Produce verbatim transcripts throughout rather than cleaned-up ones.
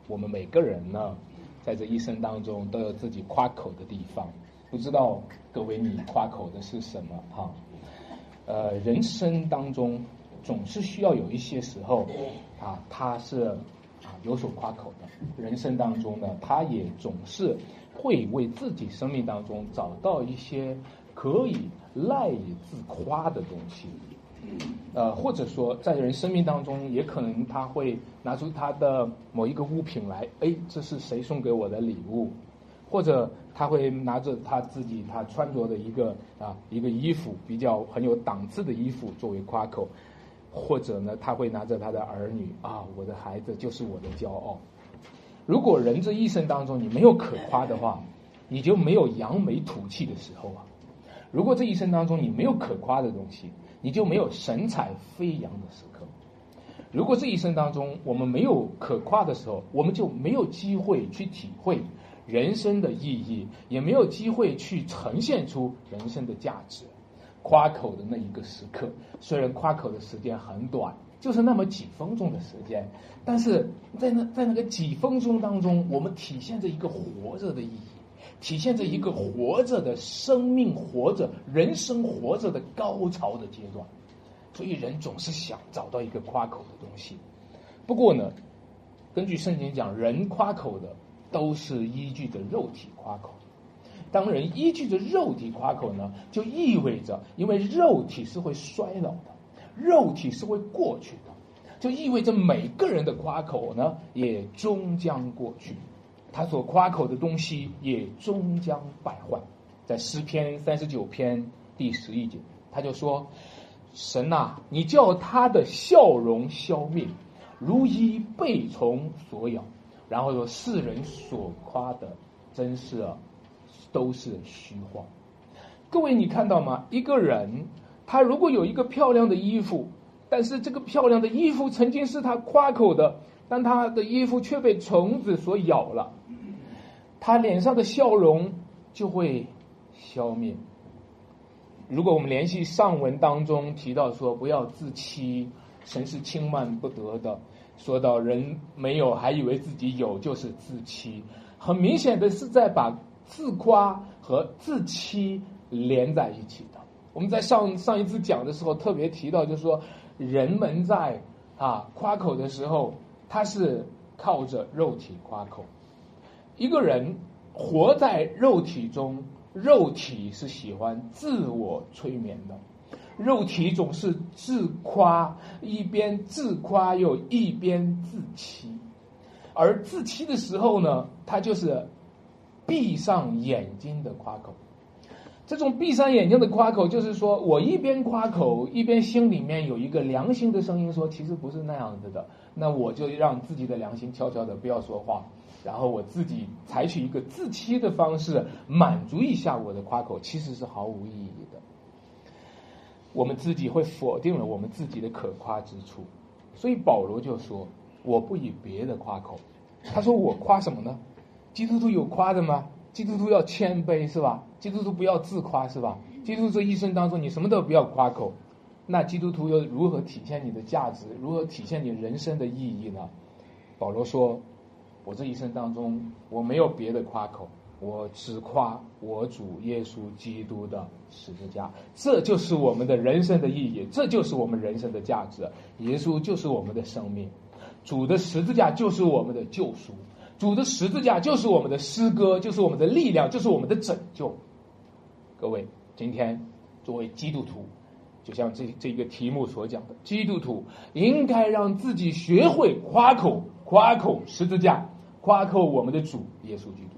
我们每个人呢，在这一生当中都有自己夸口的地方。不知道各位你夸口的是什么哈？呃，人生当中总是需要有一些时候啊，他是啊有所夸口的。人生当中呢，他也总是会为自己生命当中找到一些可以赖以自夸的东西。呃，或者说在人生命当中，也可能他会拿出他的某一个物品来，哎，这是谁送给我的礼物？或者他会拿着他自己他穿着的一个啊一个衣服，比较很有档次的衣服作为夸口，或者呢他会拿着他的儿女啊，我的孩子就是我的骄傲。如果人这一生当中你没有可夸的话，你就没有扬眉吐气的时候啊。如果这一生当中你没有可夸的东西，你就没有神采飞扬的时刻。如果这一生当中我们没有可夸的时候，我们就没有机会去体会人生的意义，也没有机会去呈现出人生的价值。夸口的那一个时刻，虽然夸口的时间很短，就是那么几分钟的时间，但是在那在那个几分钟当中，我们体现着一个活着的意义，体现着一个活着的生命，活着人生活着的高潮的阶段。所以人总是想找到一个夸口的东西。不过呢，根据圣经讲，人夸口的都是依据着肉体夸口。当人依据着肉体夸口呢，就意味着因为肉体是会衰老的，肉体是会过去的，就意味着每个人的夸口呢也终将过去，他所夸口的东西也终将败坏。在诗篇三十九篇第十一节，他就说，神啊，你叫他的笑容消灭，如一被虫所咬。然后说，世人所夸的真是啊都是虚幻。各位你看到吗？一个人他如果有一个漂亮的衣服，但是这个漂亮的衣服曾经是他夸口的，但他的衣服却被虫子所咬了，他脸上的笑容就会消灭。如果我们联系上文当中提到说不要自欺，神是轻慢不得的，说到人没有还以为自己有就是自欺，很明显的是在把自夸和自欺连在一起的。我们在上上一次讲的时候特别提到，就是说人们在啊夸口的时候，他是靠着肉体夸口。一个人活在肉体中，肉体是喜欢自我催眠的，肉体总是自夸，一边自夸又一边自欺。而自欺的时候呢，他就是闭上眼睛的夸口。这种闭上眼睛的夸口，就是说我一边夸口，一边心里面有一个良心的声音说，其实不是那样子的，那我就让自己的良心悄悄的不要说话，然后我自己采取一个自欺的方式满足一下我的夸口，其实是毫无意义的。我们自己会否定了我们自己的可夸之处。所以保罗就说，我不以别的夸口。他说我夸什么呢？基督徒有夸的吗？基督徒要谦卑是吧？基督徒不要自夸是吧？基督徒这一生当中你什么都不要夸口，那基督徒又如何体现你的价值，如何体现你人生的意义呢？保罗说，我这一生当中我没有别的夸口，我只夸我主耶稣基督的十字架，这就是我们的人生的意义，这就是我们人生的价值。耶稣就是我们的生命，主的十字架就是我们的救赎，主的十字架就是我们的诗歌，就是我们的力量，就是我们的拯救。各位，今天作为基督徒，就像这这个题目所讲的，基督徒应该让自己学会夸口，夸口十字架，夸口我们的主耶稣基督。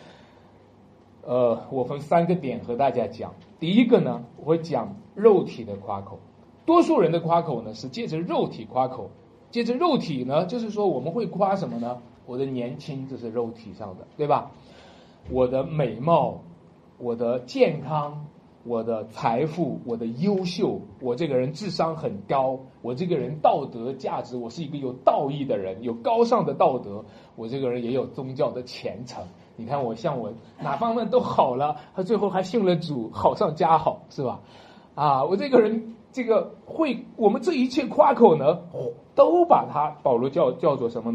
呃，我分三个点和大家讲。第一个呢，我会讲肉体的夸口。多数人的夸口呢，是借着肉体夸口。借着肉体呢，就是说我们会夸什么呢？我的年轻，这是肉体上的，对吧？我的美貌，我的健康，我的财富，我的优秀，我这个人智商很高，我这个人道德价值，我是一个有道义的人，有高尚的道德，我这个人也有宗教的虔诚。你看我像我哪方面都好了，他最后还信了主，好上加好，是吧？啊，我这个人这个会，我们这一切夸口呢，都把它保罗叫叫做什么呢？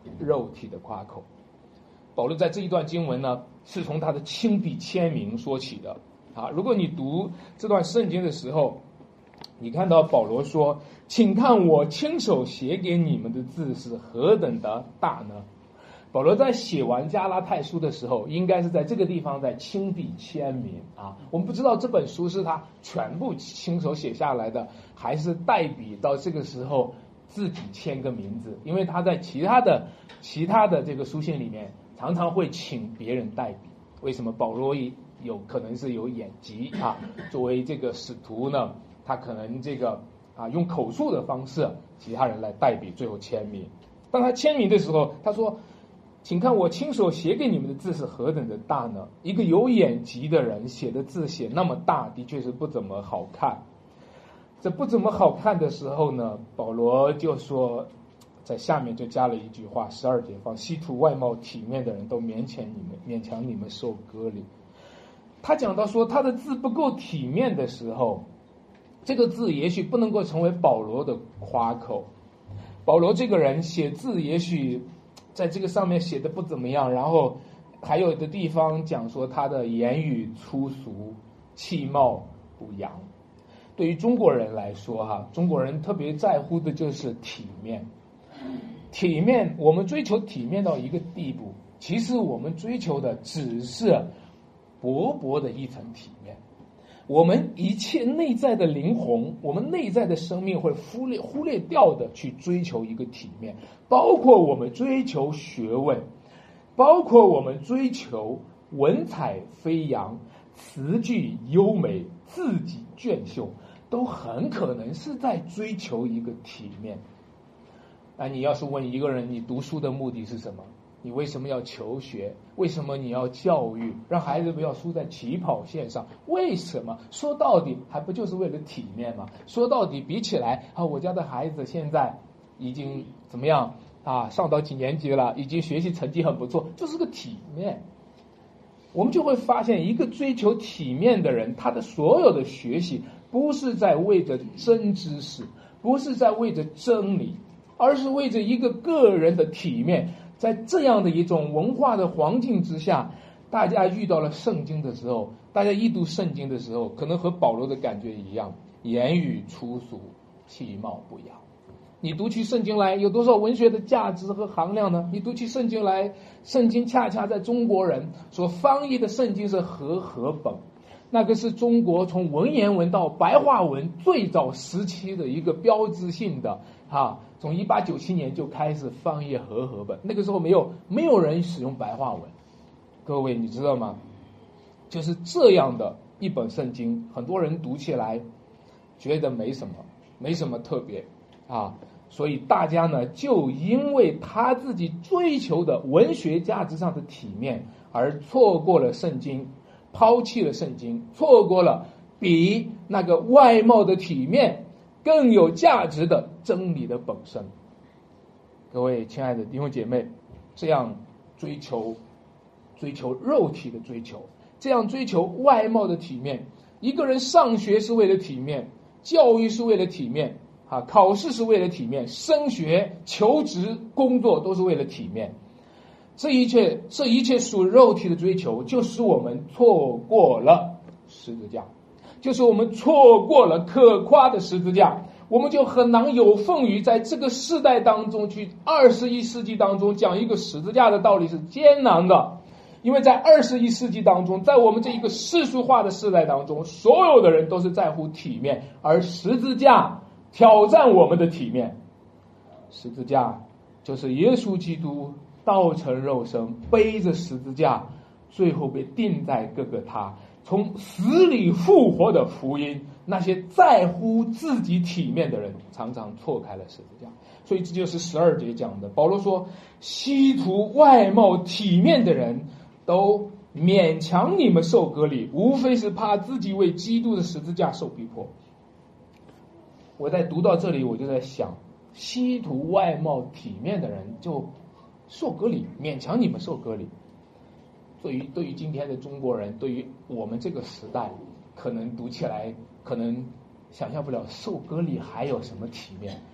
肉体的夸口。保罗在这一段经文呢，是从他的亲笔签名说起的啊。如果你读这段圣经的时候，你看到保罗说：“请看我亲手写给你们的字是何等的大呢？”保罗在写完加拉太书的时候，应该是在这个地方在亲笔签名啊。我们不知道这本书是他全部亲手写下来的，还是代笔到这个时候自己签个名字，因为他在其他的其他的这个书信里面常常会请别人代笔。为什么保罗有可能是有眼疾啊？作为这个使徒呢，他可能这个啊用口述的方式，其他人来代笔，最后签名。当他签名的时候，他说：“请看我亲手写给你们的字是何等的大呢？”一个有眼疾的人写的字写那么大，的确是不怎么好看。这不怎么好看的时候呢，保罗就说，在下面就加了一句话，十二节放稀土外貌体面的人都勉强你们勉强你们受割礼。他讲到说他的字不够体面的时候，这个字也许不能够成为保罗的夸口。保罗这个人写字也许在这个上面写的不怎么样，然后还有的地方讲说他的言语粗俗，气貌不扬。对于中国人来说哈，中国人特别在乎的就是体面。体面，我们追求体面到一个地步，其实我们追求的只是薄薄的一层体面。我们一切内在的灵魂，我们内在的生命会忽略忽略掉的去追求一个体面，包括我们追求学问，包括我们追求文采飞扬、词句优美、字迹隽秀，都很可能是在追求一个体面。那你要是问一个人，你读书的目的是什么？你为什么要求学？为什么你要教育？让孩子不要输在起跑线上？为什么？说到底还不就是为了体面吗？说到底比起来啊，我家的孩子现在已经怎么样啊？上到几年级了，已经学习成绩很不错，就是个体面。我们就会发现，一个追求体面的人，他的所有的学习不是在为着真知识，不是在为着真理，而是为着一个个人的体面。在这样的一种文化的环境之下，大家遇到了圣经的时候，大家一读圣经的时候，可能和保罗的感觉一样，言语粗俗，气貌不扬。你读起圣经来有多少文学的价值和含量呢？你读起圣经来，圣经恰恰在中国人所翻译的圣经是和合本，那个是中国从文言文到白话文最早时期的一个标志性的啊，从一八九七年就开始翻译和合本，那个时候没有没有人使用白话文。各位你知道吗？就是这样的一本圣经，很多人读起来觉得没什么，没什么特别啊，所以大家呢就因为他自己追求的文学价值上的体面，而错过了圣经，抛弃了圣经，错过了比那个外貌的体面更有价值的真理的本身。各位亲爱的弟兄姐妹，这样追求追求肉体的追求，这样追求外貌的体面，一个人上学是为了体面，教育是为了体面啊，考试是为了体面，升学、求职、工作都是为了体面。这一切这一切属肉体的追求，就使我们错过了十字架，就是我们错过了可夸的十字架，我们就很难有份于在这个世代当中去二十一世纪当中讲一个十字架的道理是艰难的。因为在二十一世纪当中，在我们这一个世俗化的时代当中，所有的人都是在乎体面，而十字架挑战我们的体面。十字架就是耶稣基督道成肉身，背着十字架，最后被钉在各个他，从死里复活的福音。那些在乎自己体面的人常常错开了十字架。所以这就是十二节讲的，保罗说希图外貌体面的人都勉强你们受割礼，无非是怕自己为基督的十字架受逼迫。我在读到这里，我就在想，希图外貌体面的人就受割礼，勉强你们受割礼。对于对于今天的中国人，对于我们这个时代，可能读起来可能想象不了受割礼还有什么体面，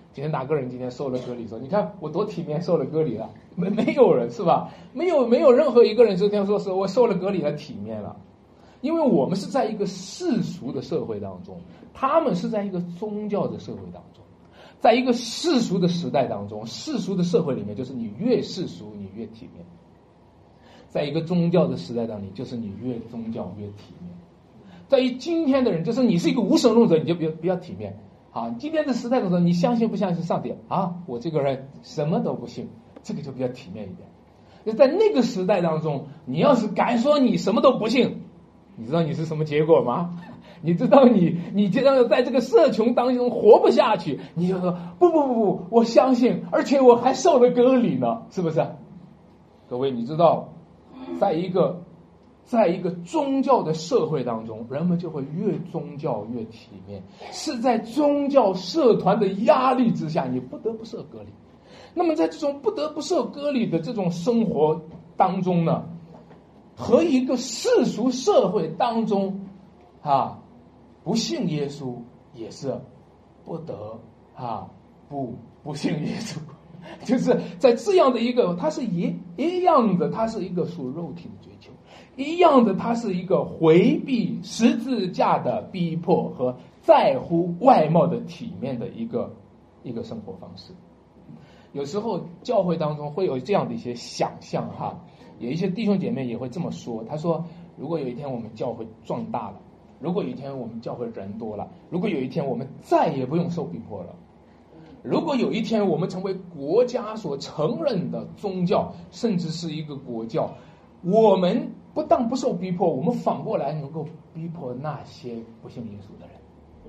今天哪个人今天受了割礼说，你看我多体面，受了割礼了？没没有人是吧？没有没有任何一个人今天说是我受了割礼了体面了，因为我们是在一个世俗的社会当中，他们是在一个宗教的社会当中，在一个世俗的时代当中，世俗的社会里面就是你越世俗你越体面，在一个宗教的时代当中，就是你越宗教越体面。在于今天的人，就是你是一个无神论者，你就比较比较体面。啊，今天的时代的时候，你相信不相信上帝啊？我这个人什么都不信，这个就比较体面一点。就在那个时代当中，你要是敢说你什么都不信，你知道你是什么结果吗？你知道你你这样在这个社群当中活不下去，你就说不不不不，我相信，而且我还受了割礼呢，是不是？各位，你知道，在一个在一个宗教的社会当中，人们就会越宗教越体面，是在宗教社团的压力之下，你不得不受割礼。那么在这种不得不受割礼的这种生活当中呢，和一个世俗社会当中啊，不信耶稣也是不得啊不不信耶稣，就是在这样的一个，它是一一样的，它是一个属肉体的追求，一样的，它是一个回避十字架的逼迫和在乎外貌的体面的一个一个生活方式。有时候教会当中会有这样的一些想象哈，有一些弟兄姐妹也会这么说，他说如果有一天我们教会壮大了，如果有一天我们教会人多了，如果有一天我们再也不用受逼迫了，如果有一天我们成为国家所承认的宗教，甚至是一个国教，我们不但不受逼迫，我们反过来能够逼迫那些不信耶稣的人。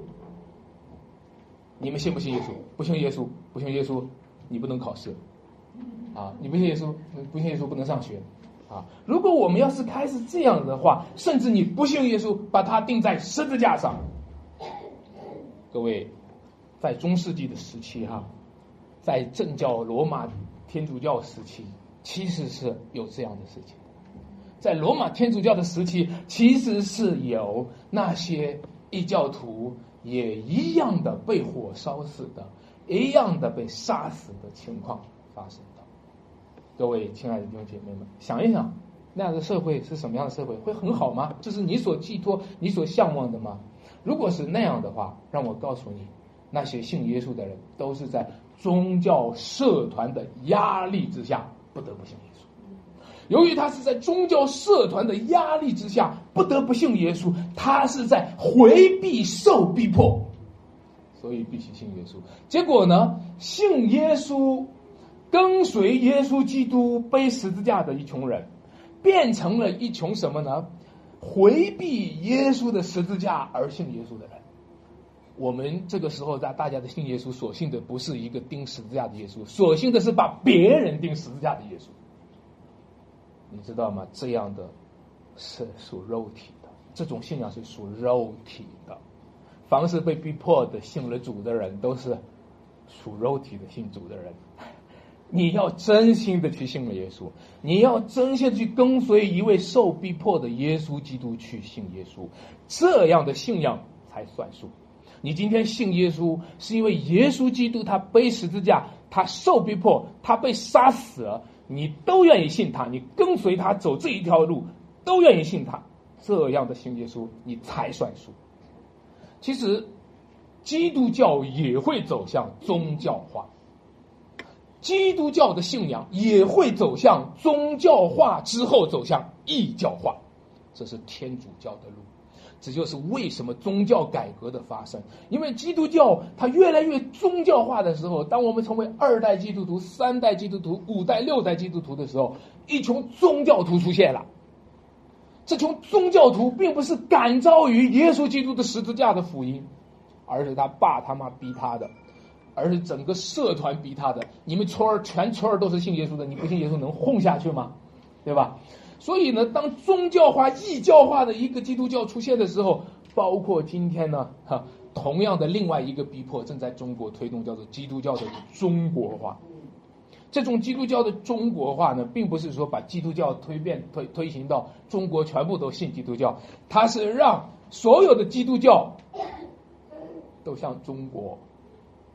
你们信不信耶稣？不信耶稣，不信耶稣你不能考试啊！你不信耶稣，不信耶稣不能上学啊！如果我们要是开始这样的话，甚至你不信耶稣，把它钉在十字架上。各位，在中世纪的时期哈，在正教罗马天主教时期，其实是有这样的事情。在罗马天主教的时期，其实是有那些异教徒也一样的被火烧死的，一样的被杀死的情况发生的。各位亲爱的弟兄姐妹们，想一想，那样的社会是什么样的社会？会很好吗？这是你所寄托、你所向往的吗？如果是那样的话，让我告诉你，那些信耶稣的人都是在宗教社团的压力之下不得不信耶稣。由于他是在宗教社团的压力之下不得不信耶稣，他是在回避受逼迫，所以必须信耶稣。结果呢，信耶稣跟随耶稣基督背十字架的一群人，变成了一群什么呢？回避耶稣的十字架而信耶稣的人。我们这个时候在大家的信耶稣，所信的不是一个钉十字架的耶稣，所信的是把别人钉十字架的耶稣。你知道吗？这样的是属肉体的，这种信仰是属肉体的。凡是被逼迫的信了主的人，都是属肉体的信主的人。你要真心的去信了耶稣，你要真心的去跟随一位受逼迫的耶稣基督去信耶稣，这样的信仰才算数。你今天信耶稣，是因为耶稣基督他背十字架，他受逼迫，他被杀死了，你都愿意信他，你跟随他走这一条路，都愿意信他，这样的信耶稣你才算数。其实基督教也会走向宗教化，基督教的信仰也会走向宗教化之后走向异教化，这是天主教的路。这就是为什么宗教改革的发生，因为基督教它越来越宗教化的时候，当我们成为二代基督徒、三代基督徒、五代、六代基督徒的时候，一群宗教徒出现了。这群宗教徒并不是感召于耶稣基督的十字架的福音，而是他爸他妈逼他的，而是整个社团逼他的。你们村儿全村儿都是信耶稣的，你不信耶稣能混下去吗？对吧？所以呢，当宗教化、异教化的一个基督教出现的时候，包括今天呢，哈，同样的另外一个逼迫正在中国推动，叫做基督教的中国化。这种基督教的中国化呢，并不是说把基督教推变推推行到中国全部都信基督教，它是让所有的基督教都向中国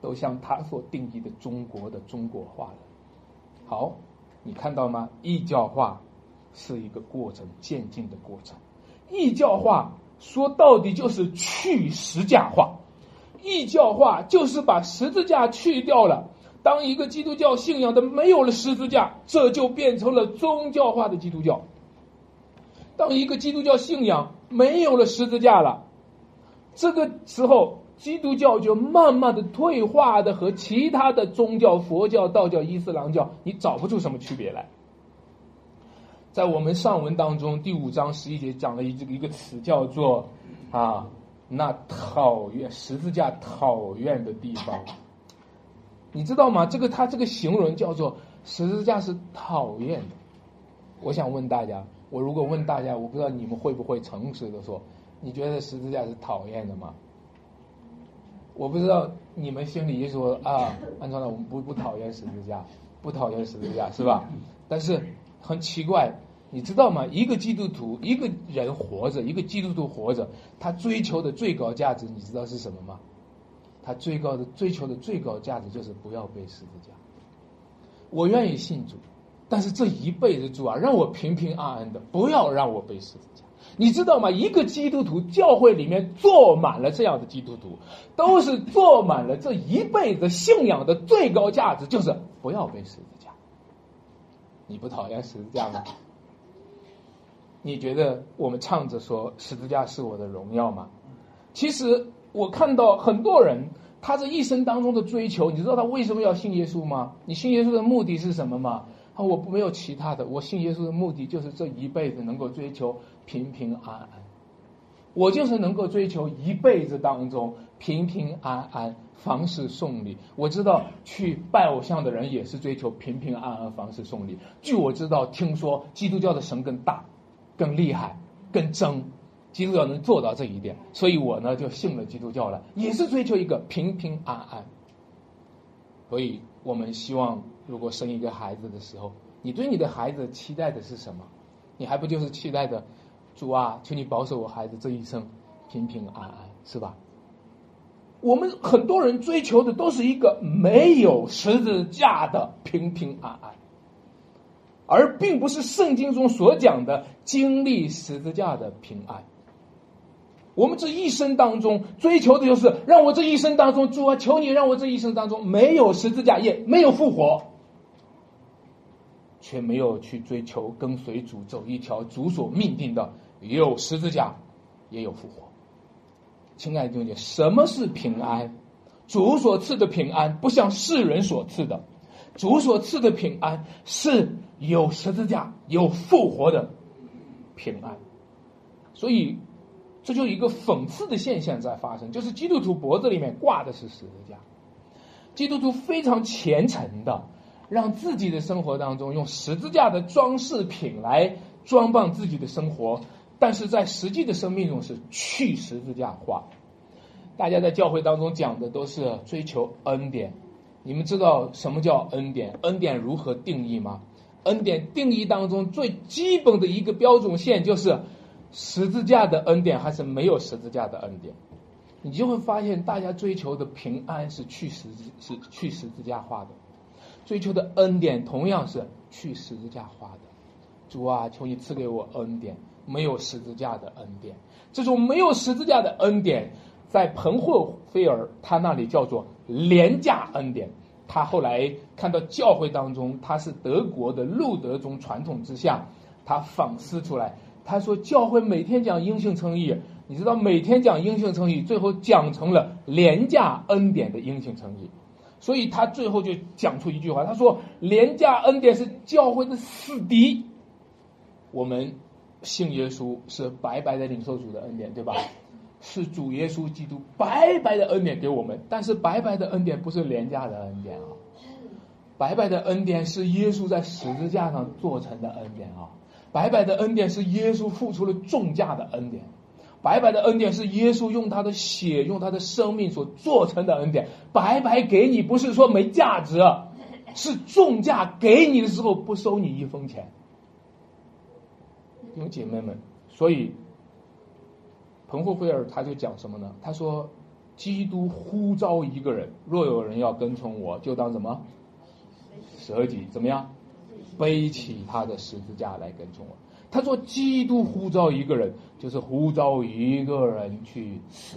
都向他所定义的中国的中国化了。好，你看到吗？异教化是一个过程，渐进的过程。异教化说到底就是去十架化，异教化就是把十字架去掉了。当一个基督教信仰的没有了十字架，这就变成了宗教化的基督教。当一个基督教信仰没有了十字架了，这个时候基督教就慢慢的退化的和其他的宗教，佛教、道教、伊斯兰教，你找不出什么区别来。在我们上文当中第五章十一节讲了一个一个词叫做啊，那讨厌十字架讨厌的地方，你知道吗？这个他这个形容叫做十字架是讨厌的。我想问大家，我如果问大家，我不知道你们会不会诚实的说，你觉得十字架是讨厌的吗？我不知道你们心里一说啊，安川长，我们不不讨厌十字架，不讨厌十字架是吧？但是很奇怪，你知道吗？一个基督徒，一个人活着，一个基督徒活着，他追求的最高价值，你知道是什么吗？他最高的追求的最高价值就是不要被十字架。我愿意信主，但是这一辈子主啊，让我平平安安的，不要让我被十字架。你知道吗？一个基督徒教会里面坐满了这样的基督徒，都是坐满了这一辈子信仰的最高价值，就是不要被十字架。你不讨厌十字架吗？你觉得我们唱着说十字架是我的荣耀吗？其实我看到很多人他这一生当中的追求，你知道他为什么要信耶稣吗？你信耶稣的目的是什么吗？啊，我没有其他的，我信耶稣的目的就是这一辈子能够追求平平安安，我就是能够追求一辈子当中平平安安，凡事顺利。我知道去拜偶像的人也是追求平平安安，凡事顺利。据我知道，听说基督教的神更大、更厉害、更真，基督教能做到这一点，所以我呢就信了基督教了，也是追求一个平平安安。所以我们希望，如果生一个孩子的时候，你对你的孩子期待的是什么？你还不就是期待的，主啊，求你保守我孩子这一生平平安安，是吧？我们很多人追求的都是一个没有十字架的平平安安，而并不是圣经中所讲的经历十字架的平安。我们这一生当中追求的就是让我这一生当中，主啊，求你让我这一生当中没有十字架，也没有复活，却没有去追求跟随主走一条主所命定的有十字架也有复活。亲爱的弟兄姐妹，什么是平安？主所赐的平安不像世人所赐的，主所赐的平安是有十字架有复活的平安。所以这就一个讽刺的现象在发生，就是基督徒脖子里面挂的是十字架，基督徒非常虔诚的让自己的生活当中用十字架的装饰品来装扮自己的生活，但是在实际的生命中是去十字架化。大家在教会当中讲的都是追求恩典，你们知道什么叫恩典？恩典如何定义吗？恩典定义当中最基本的一个标准线就是十字架的恩典还是没有十字架的恩典。你就会发现大家追求的平安是去十字是去十字架化的，追求的恩典同样是去十字架化的。主啊，求你赐给我恩典，没有十字架的恩典。这种没有十字架的恩典，在彭霍菲尔他那里叫做廉价恩典。他后来看到教会当中，他是德国的路德宗传统之下，他反思出来，他说教会每天讲因信称义，你知道每天讲因信称义，最后讲成了廉价恩典的因信称义。所以他最后就讲出一句话，他说廉价恩典是教会的死敌。我们信耶稣是白白的领受主的恩典，对吧？是主耶稣基督白白的恩典给我们，但是白白的恩典不是廉价的恩典啊，白白的恩典是耶稣在十字架上做成的恩典啊，白白的恩典是耶稣付出了重价的恩典，白白的恩典是耶稣用他的血用他的生命所做成的恩典。白白给你不是说没价值，是重价给你的时候不收你一分钱。弟兄姐妹们，所以彭霍菲尔他就讲什么呢？他说基督呼召一个人，若有人要跟从我，就当什么？舍己，怎么样？背起他的十字架来跟从我。他说基督呼召一个人，就是呼召一个人去死。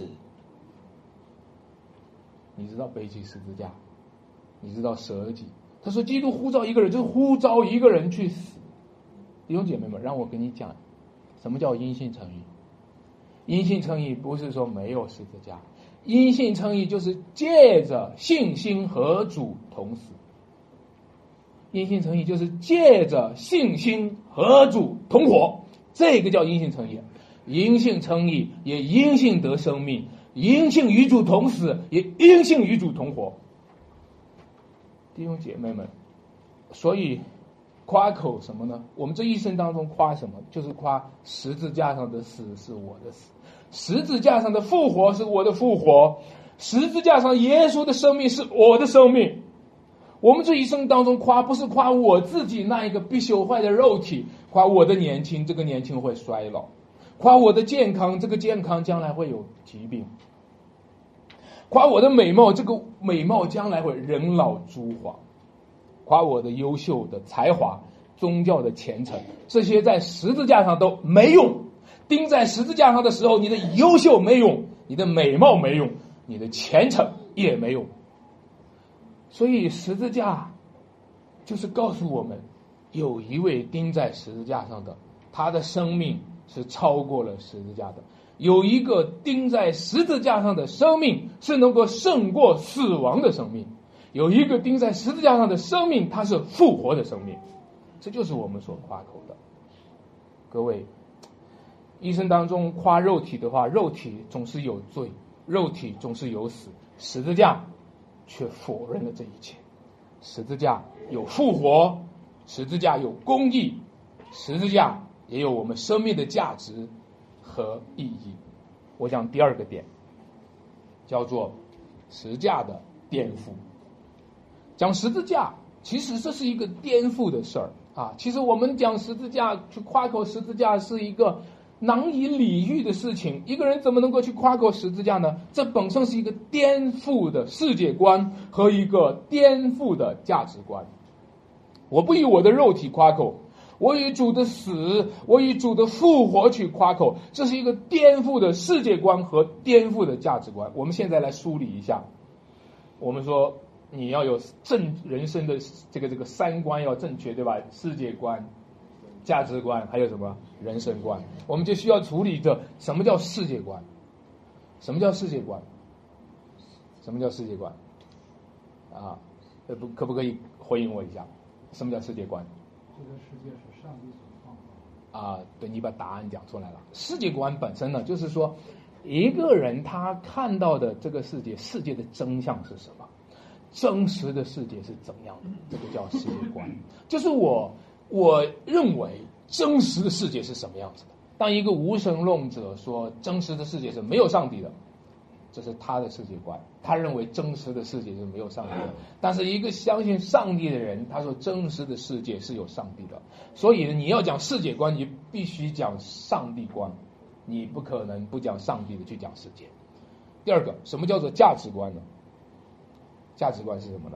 你知道背起十字架，你知道舍己。他说基督呼召一个人，就是呼召一个人去死。弟兄姐妹们，让我跟你讲，什么叫因信称义？因信称义不是说没有十字架，因信称义就是借着信心和主同死。因信称义就是借着信心和主同活，这个叫因信称义。因信称义也因信得生命，因信与主同死，也因信与主同活。弟兄姐妹们，所以夸口什么呢？我们这一生当中夸什么？就是夸十字架上的死是我的死，十字架上的复活是我的复活，十字架上耶稣的生命是我的生命。我们这一生当中夸，不是夸我自己那一个必朽坏的肉体，夸我的年轻，这个年轻会衰老；夸我的健康，这个健康将来会有疾病；夸我的美貌，这个美貌将来会人老珠黄；夸我的优秀的才华、宗教的虔诚，这些在十字架上都没用。钉在十字架上的时候，你的优秀没用，你的美貌没用，你的虔诚也没用。所以十字架就是告诉我们，有一位钉在十字架上的，他的生命是超过了十字架的。有一个钉在十字架上的生命是能够胜过死亡的生命，有一个钉在十字架上的生命，它是复活的生命。这就是我们所夸口的。各位，一生当中夸肉体的话，肉体总是有罪，肉体总是有死，十字架却否认了这一切。十字架有复活，十字架有公义，十字架也有我们生命的价值和意义。我讲第二个点叫做十字架的颠覆。讲十字架其实这是一个颠覆的事儿啊！其实我们讲十字架，去夸口十字架是一个难以理喻的事情。一个人怎么能够去夸口十字架呢？这本身是一个颠覆的世界观和一个颠覆的价值观。我不以我的肉体夸口，我以主的死，我以主的复活去夸口，这是一个颠覆的世界观和颠覆的价值观。我们现在来梳理一下。我们说你要有正人生的这个这个三观要正确，对吧？世界观、价值观，还有什么人生观？我们就需要处理着什么叫世界观？什么叫世界观？什么叫世界观？啊，呃，不，可不可以回应我一下？什么叫世界观？ 这个世界是上帝所创造的。 啊，对，你把答案讲出来了。世界观本身呢，就是说一个人他看到的这个世界，世界的真相是什么？真实的世界是怎么样的？这个叫世界观。就是我我认为真实的世界是什么样子的。当一个无神论者说真实的世界是没有上帝的，这是他的世界观，他认为真实的世界是没有上帝的。但是一个相信上帝的人，他说真实的世界是有上帝的。所以你要讲世界观，你必须讲上帝观，你不可能不讲上帝的去讲世界。第二个，什么叫做价值观呢？价值观是什么呢？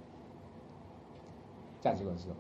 价值观是什么？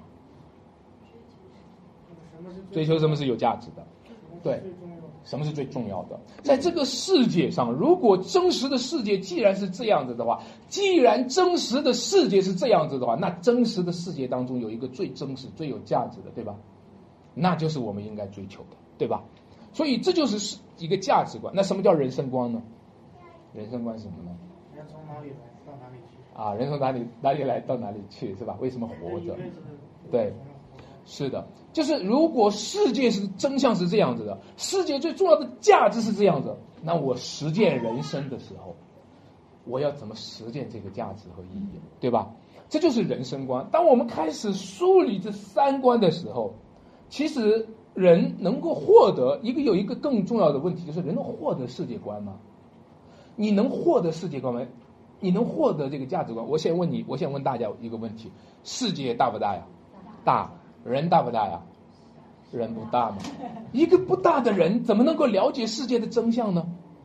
追求什么是有价值的？对，什么是最重要的？在这个世界上，如果真实的世界既然是这样子的话，既然真实的世界是这样子的话，那真实的世界当中有一个最真实、最有价值的，对吧？那就是我们应该追求的，对吧？所以这就是一个价值观。那什么叫人生观呢？人生观是什么呢？ 人从哪里来到哪里去？ 啊，人从哪里哪里来到哪里去，是吧？为什么活着？对，是的，就是如果世界是真相是这样子的，世界最重要的价值是这样子，那我实践人生的时候，我要怎么实践这个价值和意义，对吧？这就是人生观。当我们开始梳理这三观的时候，其实人能够获得一个有一个更重要的问题，就是人能获得世界观吗？你能获得世界观吗？你能获得这个价值观？我先问你，我先问大家一个问题：世界大不大呀？大。人大不大呀？人不大嘛。一个不大的人怎么能够了解世界的真相呢？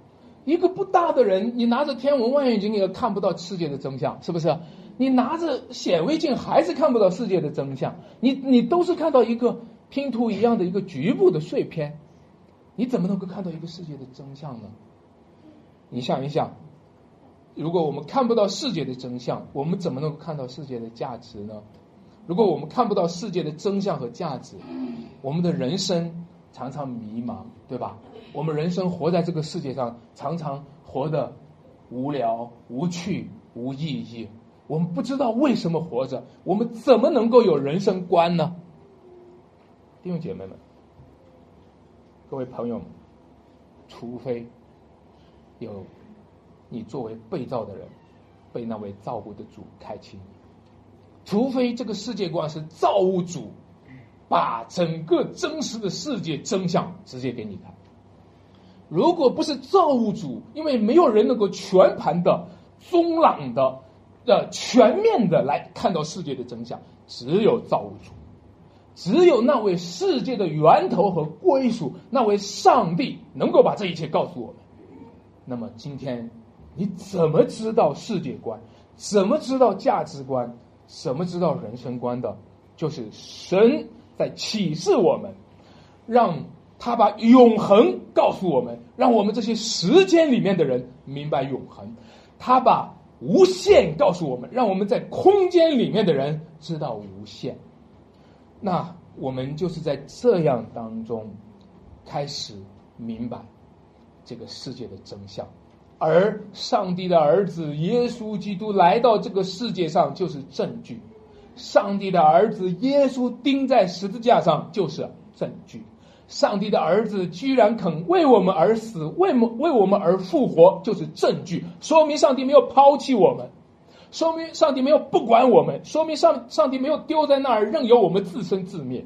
一个不大的人，你拿着天文望远镜也看不到世界的真相，是不是？你拿着显微镜还是看不到世界的真相，你你都是看到一个拼图一样的一个局部的碎片，你怎么能够看到一个世界的真相呢？你想一想，如果我们看不到世界的真相，我们怎么能够看到世界的价值呢？如果我们看不到世界的真相和价值，我们的人生常常迷茫，对吧？我们人生活在这个世界上，常常活得无聊、无趣、无意义。我们不知道为什么活着，我们怎么能够有人生观呢？弟兄姐妹们，各位朋友们，除非有你作为被造的人被那位造物的主开启你，除非这个世界观是造物主把整个真实的世界真相直接给你看。如果不是造物主，因为没有人能够全盘的、中朗的、呃全面的来看到世界的真相，只有造物主，只有那位世界的源头和归属，那位上帝能够把这一切告诉我们。那么今天你怎么知道世界观？怎么知道价值观？怎么知道人生观的？就是神在启示我们，让他把永恒告诉我们，让我们这些时间里面的人明白永恒。他把无限告诉我们，让我们在空间里面的人知道无限。那我们就是在这样当中开始明白这个世界的真相。而上帝的儿子耶稣基督来到这个世界上就是证据，上帝的儿子耶稣钉在十字架上就是证据，上帝的儿子居然肯为我们而死，为为我们而复活，就是证据，说明上帝没有抛弃我们，说明上帝没有不管我们，说明上上帝没有丢在那儿任由我们自生自灭。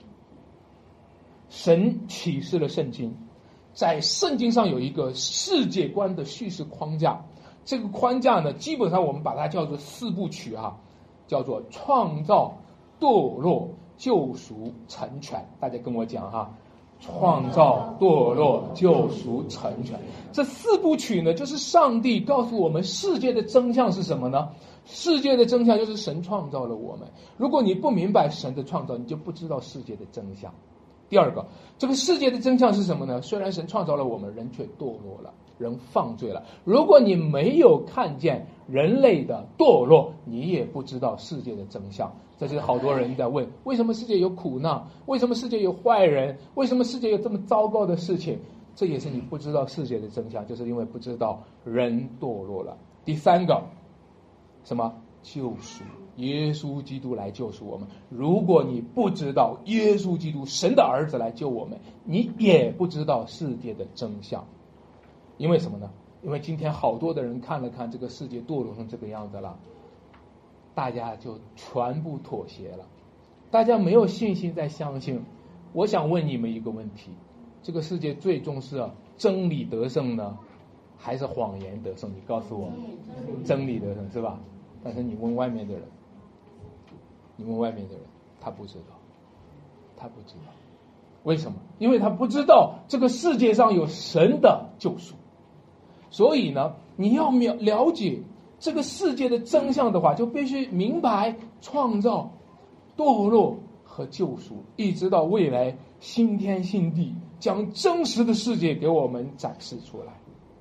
神启示了圣经，在圣经上有一个世界观的叙事框架，这个框架呢，基本上我们把它叫做四部曲啊，叫做创造、堕落、救赎、成全。大家跟我讲哈，创造、堕落、救赎、成全。这四部曲呢，就是上帝告诉我们世界的真相是什么呢？世界的真相就是神创造了我们。如果你不明白神的创造，你就不知道世界的真相。第二个，这个世界的真相是什么呢？虽然神创造了我们，人却堕落了，人犯罪了。如果你没有看见人类的堕落，你也不知道世界的真相。这是好多人在问，为什么世界有苦难？为什么世界有坏人？为什么世界有这么糟糕的事情？这也是你不知道世界的真相，就是因为不知道人堕落了。第三个，什么？救赎，耶稣基督来救赎我们。如果你不知道耶稣基督神的儿子来救我们，你也不知道世界的真相。因为什么呢？因为今天好多的人看了看这个世界堕落成这个样子了，大家就全部妥协了，大家没有信心再相信。我想问你们一个问题，这个世界最终是真理得胜呢，还是谎言得胜？你告诉我。真理得胜是吧？但是你问外面的人，你问外面的人，他不知道，他不知道，为什么？因为他不知道这个世界上有神的救赎。所以呢，你要了解这个世界的真相的话，就必须明白创造、堕落和救赎，一直到未来新天新地，将真实的世界给我们展示出来。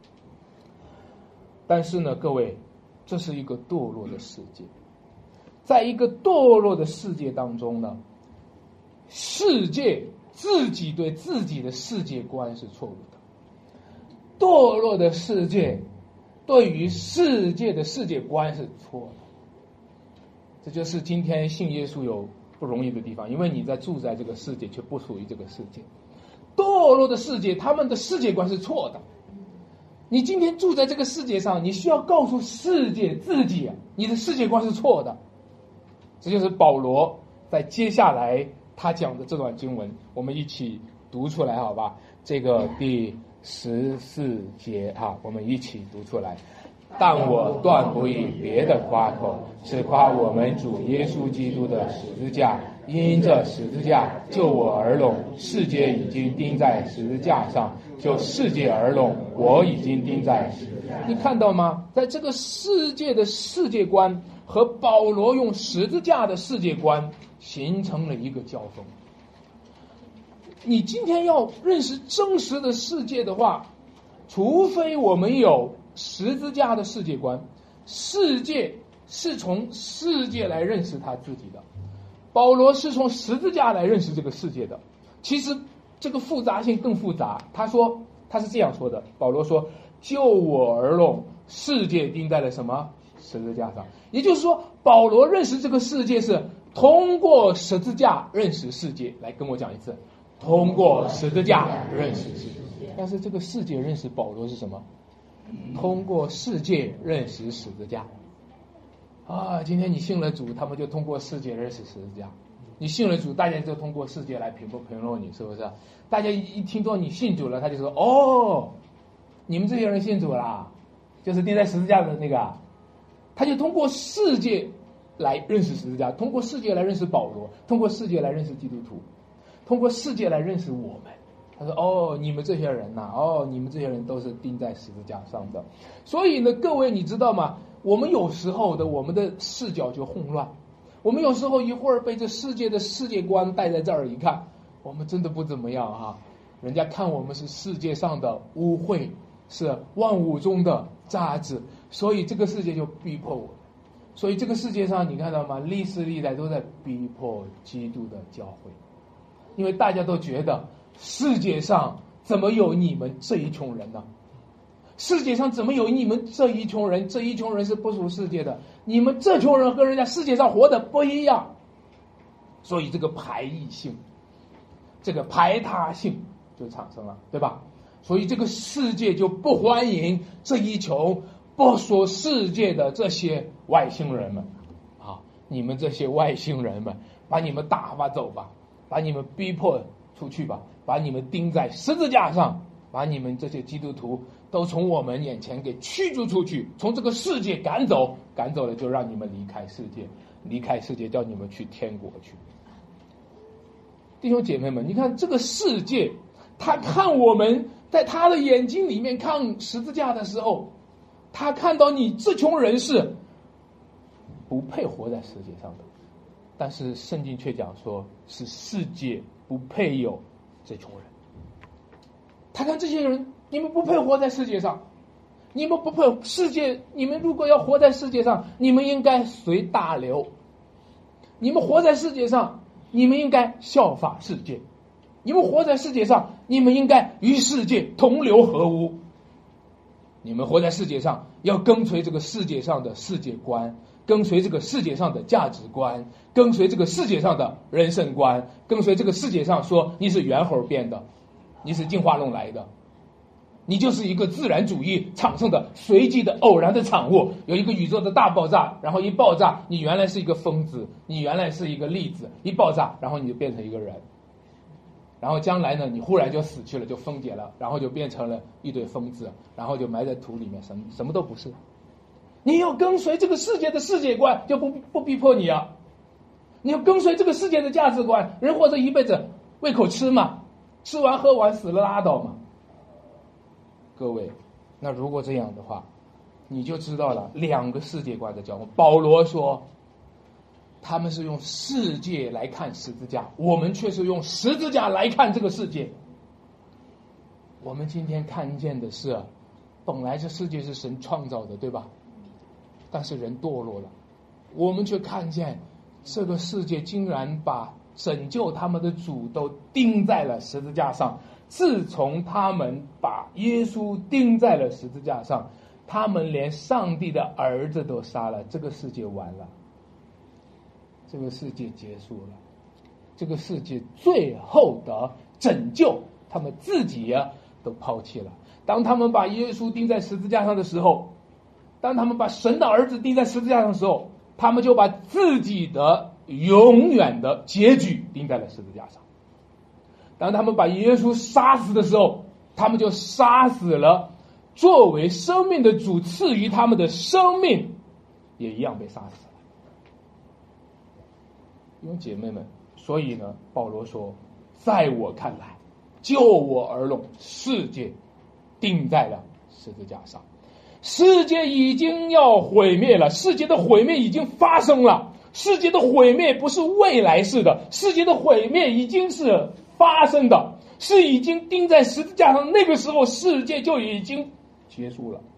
但是呢，各位，这是一个堕落的世界，在一个堕落的世界当中呢，世界自己对自己的世界观是错误的，堕落的世界对于世界的世界观是错的。这就是今天信耶稣有不容易的地方，因为你在住在这个世界却不属于这个世界。堕落的世界，他们的世界观是错的。你今天住在这个世界上，你需要告诉世界自己，你的世界观是错的。这就是保罗在接下来他讲的这段经文，我们一起读出来好吧？这个第十四节啊，我们一起读出来。但我断不以别的夸口，是夸我们主耶稣基督的十字架， 因这十字架就我而拢，世界已经钉在十字架上，就世界而拢，我已经钉在十字架。你看到吗？在这个世界的世界观和保罗用十字架的世界观形成了一个交锋。你今天要认识真实的世界的话，除非我们有十字架的世界观，世界是从世界来认识他自己的。保罗是从十字架来认识这个世界的。其实这个复杂性更复杂。他说，他是这样说的，保罗说，就我而拢，世界钉在了什么？十字架上。也就是说，保罗认识这个世界是通过十字架认识世界。来跟我讲一次，通过十字架认识世界。但是这个世界认识保罗是什么？通过世界认识十字架。啊，今天你信了主，他们就通过世界认识十字架。你信了主，大家就通过世界来评评评论你，是不是？大家一听说你信主了，他就说，哦，你们这些人信主啦，就是钉在十字架的那个。他就通过世界来认识十字架，通过世界来认识保罗，通过世界来认识基督徒，通过世界来认识我们。他说，哦，你们这些人呐、啊，哦，你们这些人都是钉在十字架上的。所以呢，各位你知道吗？我们有时候的我们的视角就混乱，我们有时候一会儿被这世界的世界观带在这儿一看，我们真的不怎么样哈、啊。人家看我们是世界上的污秽，是万物中的渣滓，所以这个世界就逼迫我们。所以这个世界上你看到吗？历史历代都在逼迫基督的教会，因为大家都觉得世界上怎么有你们这一群人呢？世界上怎么有你们这一群人？这一群人是不属世界的，你们这群人和人家世界上活的不一样，所以这个排异性，这个排他性就产生了，对吧？所以这个世界就不欢迎这一群不属世界的这些外星人们啊！你们这些外星人们，把你们打发走吧，把你们逼迫出去吧，把你们钉在十字架上，把你们这些基督徒都从我们眼前给驱逐出去，从这个世界赶走，赶走了就让你们离开世界，离开世界叫你们去天国去。弟兄姐妹们，你看这个世界，他看我们在他的眼睛里面看十字架的时候，他看到你这群人是不配活在世界上的，但是圣经却讲说是世界不配有这群人。他看这些人，你们不配活在世界上，你们不配世界，你们如果要活在世界上，你们应该随大流，你们活在世界上，你们应该效法世界，你们活在世界上，你们应该与世界同流合污，你们活在世界上要跟随这个世界上的世界观，跟随这个世界上的价值观，跟随这个世界上的人生观，跟随这个世界上说你是猿猴变的，你是进化论来的，你就是一个自然主义产生的随机的偶然的产物，有一个宇宙的大爆炸，然后一爆炸，你原来是一个分子，你原来是一个粒子，一爆炸，然后你就变成一个人，然后将来呢，你忽然就死去了，就分解了，然后就变成了一堆分子，然后就埋在土里面，什么什么都不是。你要跟随这个世界的世界观，就不不逼迫你啊！你要跟随这个世界的价值观，人活着一辈子喂口吃嘛，吃完喝完死了拉倒嘛。各位，那如果这样的话，你就知道了两个世界观的交锋。保罗说他们是用世界来看十字架，我们却是用十字架来看这个世界。我们今天看见的是，本来这世界是神创造的，对吧？但是人堕落了，我们却看见这个世界竟然把拯救他们的主都钉在了十字架上。自从他们把耶稣钉在了十字架上，他们连上帝的儿子都杀了，这个世界完了，这个世界结束了，这个世界最后的拯救他们自己啊都抛弃了。当他们把耶稣钉在十字架上的时候，当他们把神的儿子钉在十字架上的时候，他们就把自己的永远的结局钉在了十字架上。当他们把耶稣杀死的时候，他们就杀死了作为生命的主赐予他们的生命，也一样被杀死了。因为姐妹们， 所以呢，保罗说，在我看来，就我而论，世界钉在了十字架上，世界已经要毁灭了，世界的毁灭已经发生了，世界的毁灭不是未来式的，世界的毁灭已经是发生的，是已经钉在十字架上，那个时候世界就已经结束了。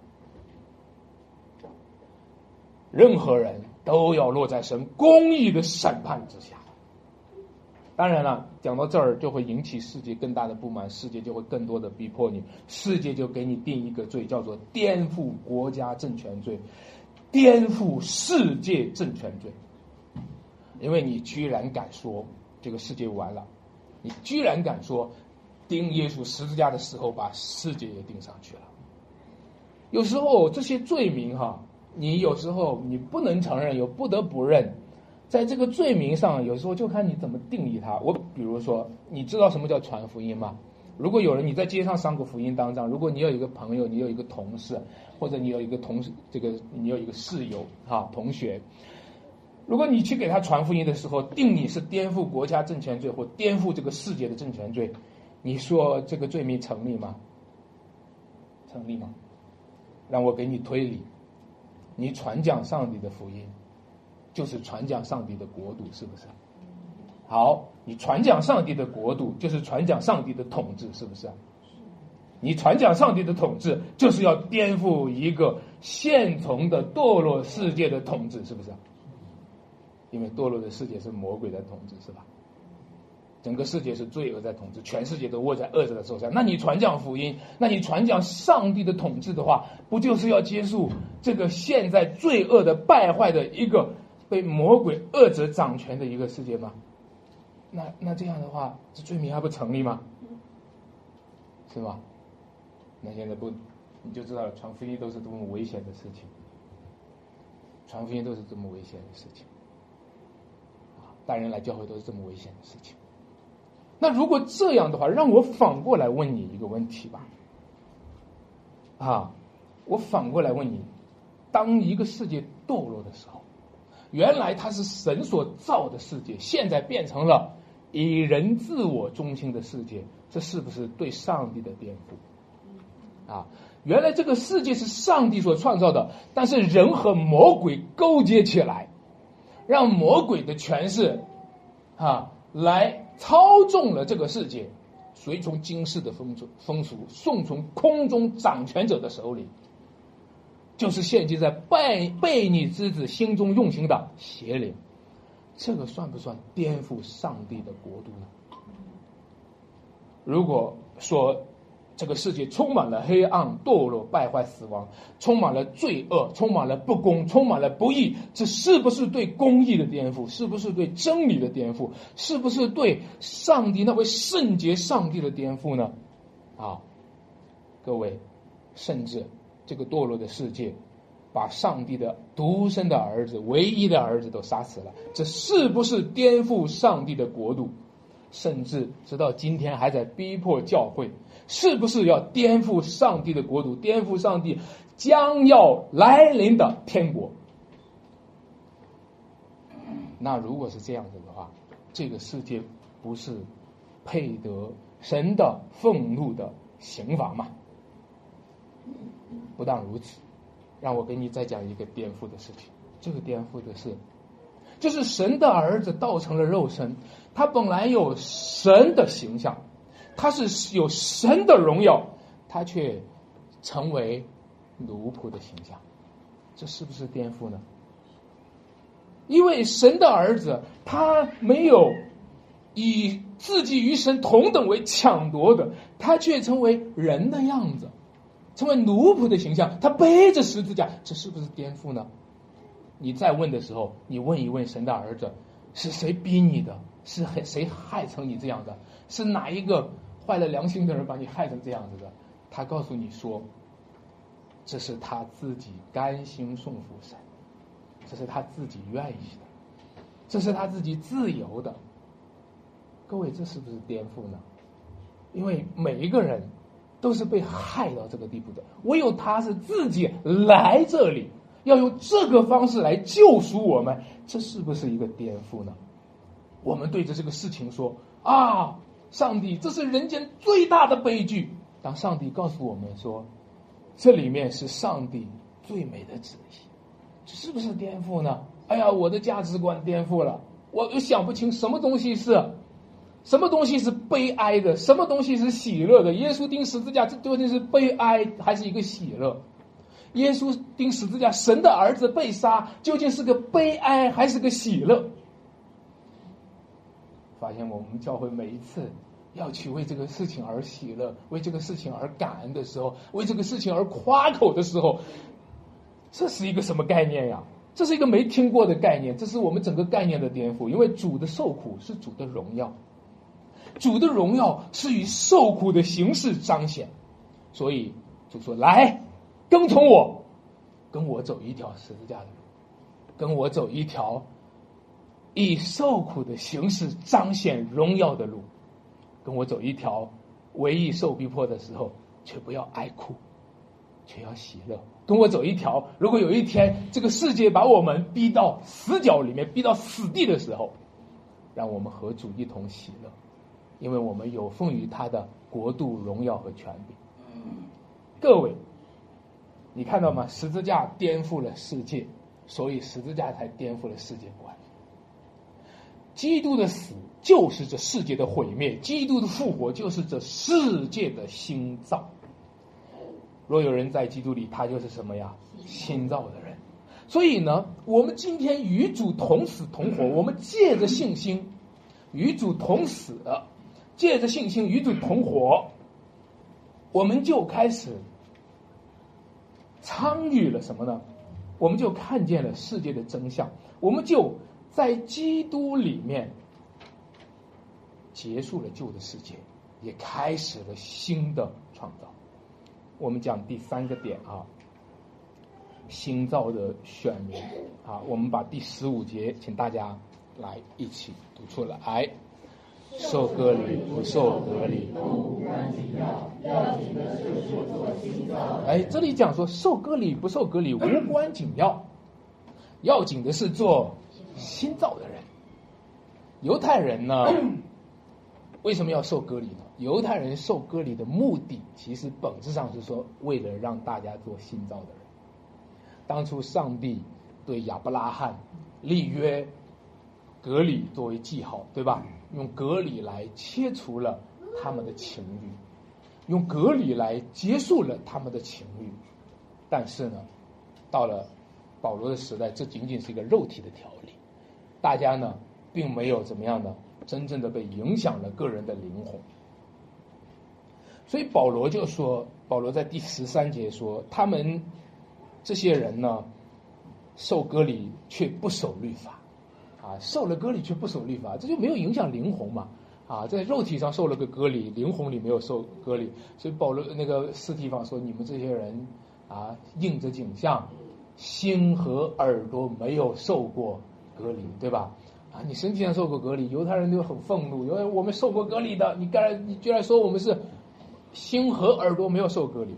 任何人都要落在神公义的审判之下。当然了，讲到这儿就会引起世界更大的不满，世界就会更多的逼迫你，世界就给你定一个罪，叫做颠覆国家政权罪，颠覆世界政权罪。因为你居然敢说这个世界完了，你居然敢说钉耶稣十字架的时候把世界也钉上去了。有时候这些罪名哈，你有时候你不能承认，又不得不认，在这个罪名上有时候就看你怎么定义它。我比如说，你知道什么叫传福音吗？如果有人你在街上上过福音当中，如果你有一个朋友，你有一个同事，或者你有一个同事，这个你有一个室友哈同学，如果你去给他传福音的时候，定你是颠覆国家政权罪或颠覆这个世界的政权罪，你说这个罪名成立吗？成立吗？让我给你推理，你传讲上帝的福音就是传讲上帝的国度，是不是？好，你传讲上帝的国度就是传讲上帝的统治，是不是？你传讲上帝的统治就是要颠覆一个现从的堕落世界的统治，是不是？因为堕落的世界是魔鬼的统治，是吧？整个世界是罪恶在统治，全世界都握在恶者的手上。那你传讲福音，那你传讲上帝的统治的话，不就是要结束这个现在罪恶的败坏的一个被魔鬼恶者掌权的一个世界吗？那那这样的话，这罪名还不成立吗？是吗？那现在不你就知道了，传福音都是多么危险的事情，传福音都是这么危险的事情。带人来教会都是这么危险的事情。那如果这样的话，让我反过来问你一个问题吧。啊，我反过来问你，当一个世界堕落的时候，原来它是神所造的世界，现在变成了以人自我中心的世界，这是不是对上帝的颠覆？啊，原来这个世界是上帝所创造的，但是人和魔鬼勾结起来，让魔鬼的权势啊来操纵了这个世界，随从今世的风俗风俗，顺从空中掌权者的手里，就是献祭在悖悖逆之子心中运行的邪灵。这个算不算颠覆上帝的国度呢？如果说这个世界充满了黑暗、堕落、败坏、死亡，充满了罪恶，充满了不公，充满了不义，这是不是对公义的颠覆？是不是对真理的颠覆？是不是对上帝那位圣洁上帝的颠覆呢？啊，各位，甚至这个堕落的世界把上帝的独生的儿子，唯一的儿子都杀死了，这是不是颠覆上帝的国度？甚至直到今天还在逼迫教会，是不是要颠覆上帝的国度，颠覆上帝将要来临的天国？那如果是这样子的话，这个世界不是配得神的愤怒的刑罚吗？不但如此，让我给你再讲一个颠覆的事情。这个颠覆的是，就是神的儿子道成了肉身，他本来有神的形象，他是有神的荣耀，他却成为奴仆的形象，这是不是颠覆呢？因为神的儿子他没有以自己与神同等为抢夺的，他却成为人的样子，成为奴仆的形象，他背着十字架，这是不是颠覆呢？你再问的时候，你问一问神的儿子，是谁逼你的？是谁害成你这样的？是哪一个坏了良心的人把你害成这样子的？他告诉你说，这是他自己甘心顺服神，这是他自己愿意的，这是他自己自由的。各位，这是不是颠覆呢？因为每一个人都是被害到这个地步的，唯有他是自己来这里，要用这个方式来救赎我们，这是不是一个颠覆呢？ 我们对着这个事情说啊，上帝，这是人间最大的悲剧。当上帝告诉我们说，这里面是上帝最美的旨意，这是不是颠覆呢？哎呀，我的价值观颠覆了，我又想不清什么东西是什么东西是悲哀的，什么东西是喜乐的。耶稣钉十字架，这究竟是悲哀还是一个喜乐？耶稣钉十字架，神的儿子被杀，究竟是个悲哀还是个喜乐？发现我们教会每一次要去为这个事情而喜乐，为这个事情而感恩的时候，为这个事情而夸口的时候，这是一个什么概念呀？这是一个没听过的概念，这是我们整个概念的颠覆。因为主的受苦是主的荣耀，主的荣耀是以受苦的形式彰显，所以主说，来跟从我，跟我走一条十字架的路，跟我走一条以受苦的形式彰显荣耀的路，跟我走一条唯一受逼迫的时候却不要哀哭，却要喜乐。跟我走一条，如果有一天这个世界把我们逼到死角里面，逼到死地的时候，让我们和主一同喜乐，因为我们有奉于他的国度、荣耀和权柄。各位，你看到吗？十字架颠覆了世界，所以十字架才颠覆了世界观。基督的死就是这世界的毁灭，基督的复活就是这世界的新造。若有人在基督里，他就是什么呀？新造的人。所以呢，我们今天与主同死同活，我们借着信心与主同死，借着信心与主同活，我们就开始参与了什么呢？我们就看见了世界的真相，我们就在基督里面结束了旧的世界，也开始了新的创造。我们讲第三个点啊，新造的选民啊，我们把第十五节请大家来一起读出来。受割礼不受割礼无关紧要，要紧的是做新造。哎，这里讲说受割礼不受割礼无关紧要，要紧的是做新造的人。犹太人呢，为什么要受割礼呢？犹太人受割礼的目的，其实本质上是说，为了让大家做新造的人。当初上帝对亚伯拉罕立约，割礼作为记号，对吧？用割礼来切除了他们的情欲，用割礼来结束了他们的情欲。但是呢，到了保罗的时代，这仅仅是一个肉体的条例，大家呢并没有怎么样呢，真正的被影响了个人的灵魂。所以保罗就说，保罗在第十三节说，他们这些人呢，受割礼却不守律法。啊，受了割礼却不守律法，这就没有影响灵魂嘛？啊，在肉体上受了个割礼，灵魂里没有受割礼，所以保罗那个司提反说，你们这些人啊，应着景象，心和耳朵没有受过割礼，对吧？啊，你身体上受过割礼，犹太人就很愤怒，因为我们受过割礼的，你刚才你居然说我们是心和耳朵没有受割礼，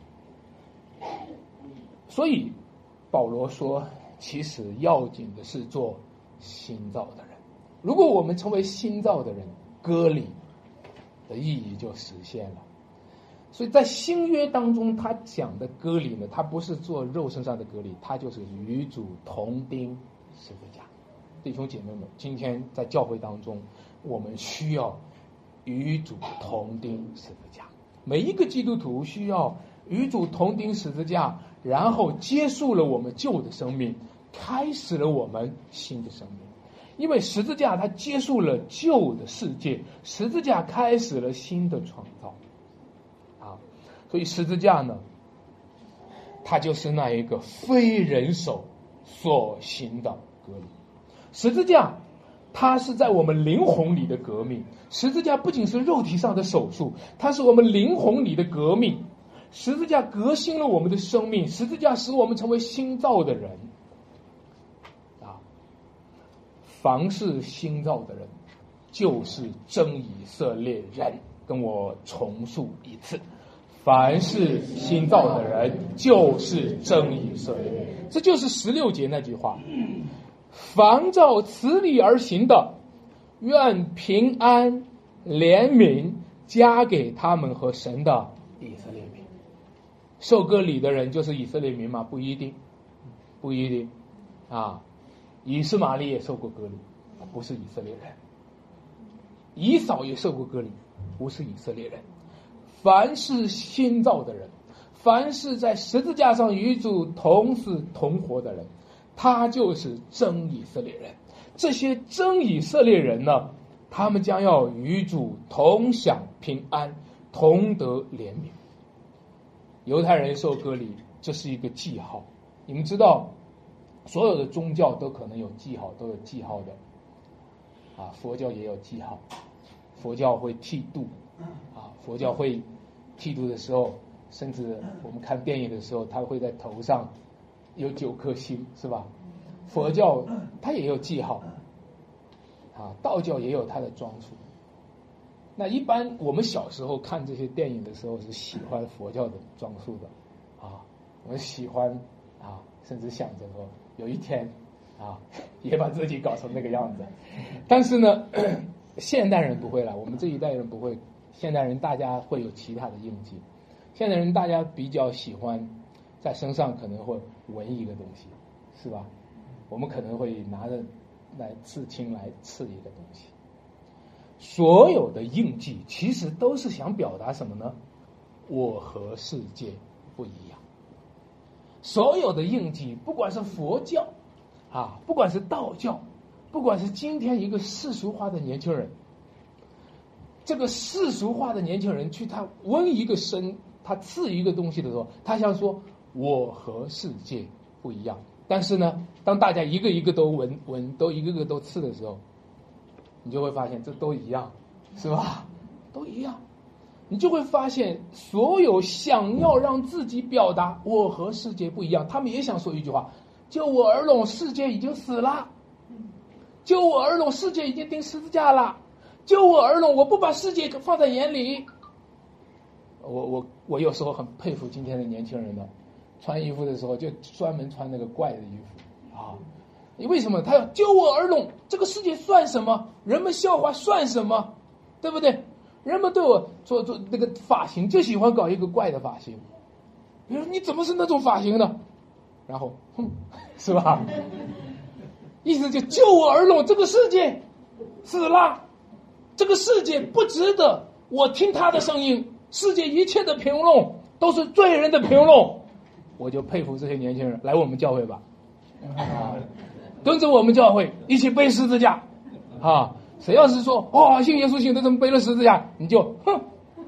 所以保罗说，其实要紧的是做新造的人。如果我们成为新造的人，割礼的意义就实现了。所以在新约当中，他讲的割礼呢，他不是做肉身上的割礼，他就是与主同钉十字架。弟兄姐妹们，今天在教会当中，我们需要与主同钉十字架。每一个基督徒需要与主同钉十字架，然后结束了我们旧的生命，开始了我们新的生命。因为十字架它结束了旧的世界，十字架开始了新的创造啊！所以十字架呢，它就是那一个非人手所行的革命。十字架它是在我们灵魂里的革命，十字架不仅是肉体上的手术，它是我们灵魂里的革命。十字架革新了我们的生命，十字架使我们成为新造的人啊！凡是新造的人，就是真以色列人。跟我重述一次：凡是新造的人，就是真以色列人。这就是十六节那句话：凡照此理而行的， 愿平安怜悯加给他们和神的以色列民。受割礼的人就是以色列民吗？不一定，不一定啊。以实玛利也受过割礼，不是以色列人。以扫也受过割礼，不是以色列人。凡是新造的人，凡是在十字架上与主同死同活的人，他就是真以色列人。这些真以色列人呢，他们将要与主同享平安，同得怜悯。犹太人受割礼，这是一个记号。你们知道，所有的宗教都可能有记号，都有记号的。啊，佛教也有记号，佛教会剃度，啊，佛教会剃度的时候，甚至我们看电影的时候，他会在头上有九颗星，是吧？佛教它也有记号，啊，道教也有它的装束。那一般我们小时候看这些电影的时候是喜欢佛教的装束的，啊，我们喜欢啊，甚至想着说有一天啊也把自己搞成那个样子。但是呢，现代人不会了，我们这一代人不会，现代人大家会有其他的印记。现代人大家比较喜欢在身上可能会纹一个东西，是吧？我们可能会拿着来刺青来刺一个东西。所有的印记其实都是想表达什么呢？我和世界不一样。所有的印记，不管是佛教啊，不管是道教，不管是今天一个世俗化的年轻人，这个世俗化的年轻人去他纹一个身，他刺一个东西的时候，他想说我和世界不一样。但是呢，当大家一个一个都纹纹，都一个个都刺的时候，你就会发现这都一样，是吧？都一样。你就会发现，所有想要让自己表达我和世界不一样，他们也想说一句话：就我而论，世界已经死了；就我而论，世界已经钉十字架了；就我而论，我不把世界放在眼里。我我我有时候很佩服今天的年轻人的，穿衣服的时候就专门穿那个怪的衣服啊。你为什么他要就我而论？这个世界算什么？人们笑话算什么？对不对？人们对我做做那个发型就喜欢搞一个怪的发型，比如你怎么是那种发型的？然后哼，是吧？意思就就我而论，这个世界死了，这个世界不值得我听他的声音，世界一切的评论都是罪人的评论。我就佩服这些年轻人，来我们教会吧。啊，跟着我们教会一起背十字架啊！谁要是说哦信耶稣信的怎么背了十字架，你就哼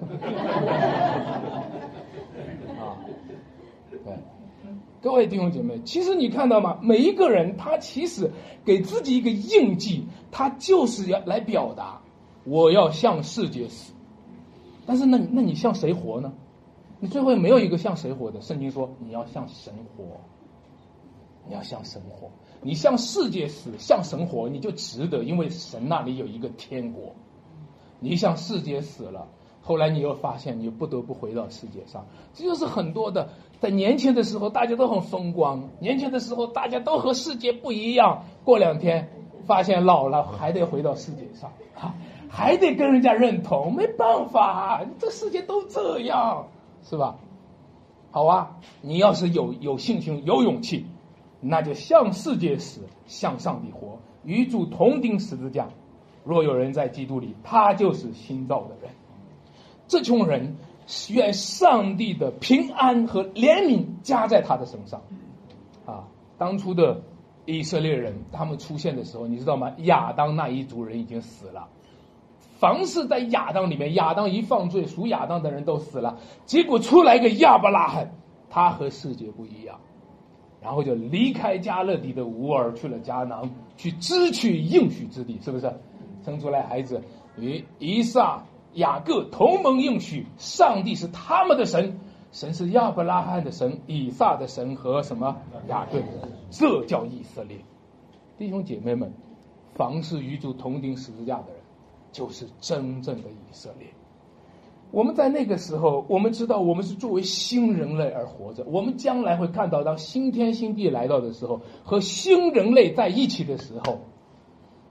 啊！对，各位弟兄姐妹，其实你看到吗？每一个人他其实给自己一个印记，他就是要来表达我要向世界死。但是那那你向谁活呢？你最后没有一个向谁活的。圣经说你要向神活，你要向神活。你向世界死，向神活，你就值得，因为神那里有一个天国。你向世界死了，后来你又发现你不得不回到世界上。这就是很多的，在年轻的时候大家都很风光，年轻的时候大家都和世界不一样，过两天发现老了还得回到世界上，还得跟人家认同，没办法，这世界都这样，是吧？好啊，你要是有有信心有勇气，那就向世界死，向上帝活，与主同钉十字架。若有人在基督里，他就是新造的人。这群人愿上帝的平安和怜悯加在他的身上。啊，当初的以色列人他们出现的时候，你知道吗？亚当那一族人已经死了。凡是在亚当里面，亚当一放罪，属亚当的人都死了。结果出来一个亚伯拉罕，他和世界不一样。然后就离开迦勒底的乌尔，去了迦南，去支取应许之地，是不是？生出来孩子与以撒、雅各同盟应许，上帝是他们的神，神是亚伯拉罕的神、以撒的神和什么雅各，这叫以色列。弟兄姐妹们，凡是与主同钉十字架的人，就是真正的以色列。我们在那个时候，我们知道我们是作为新人类而活着。我们将来会看到，当新天新地来到的时候，和新人类在一起的时候，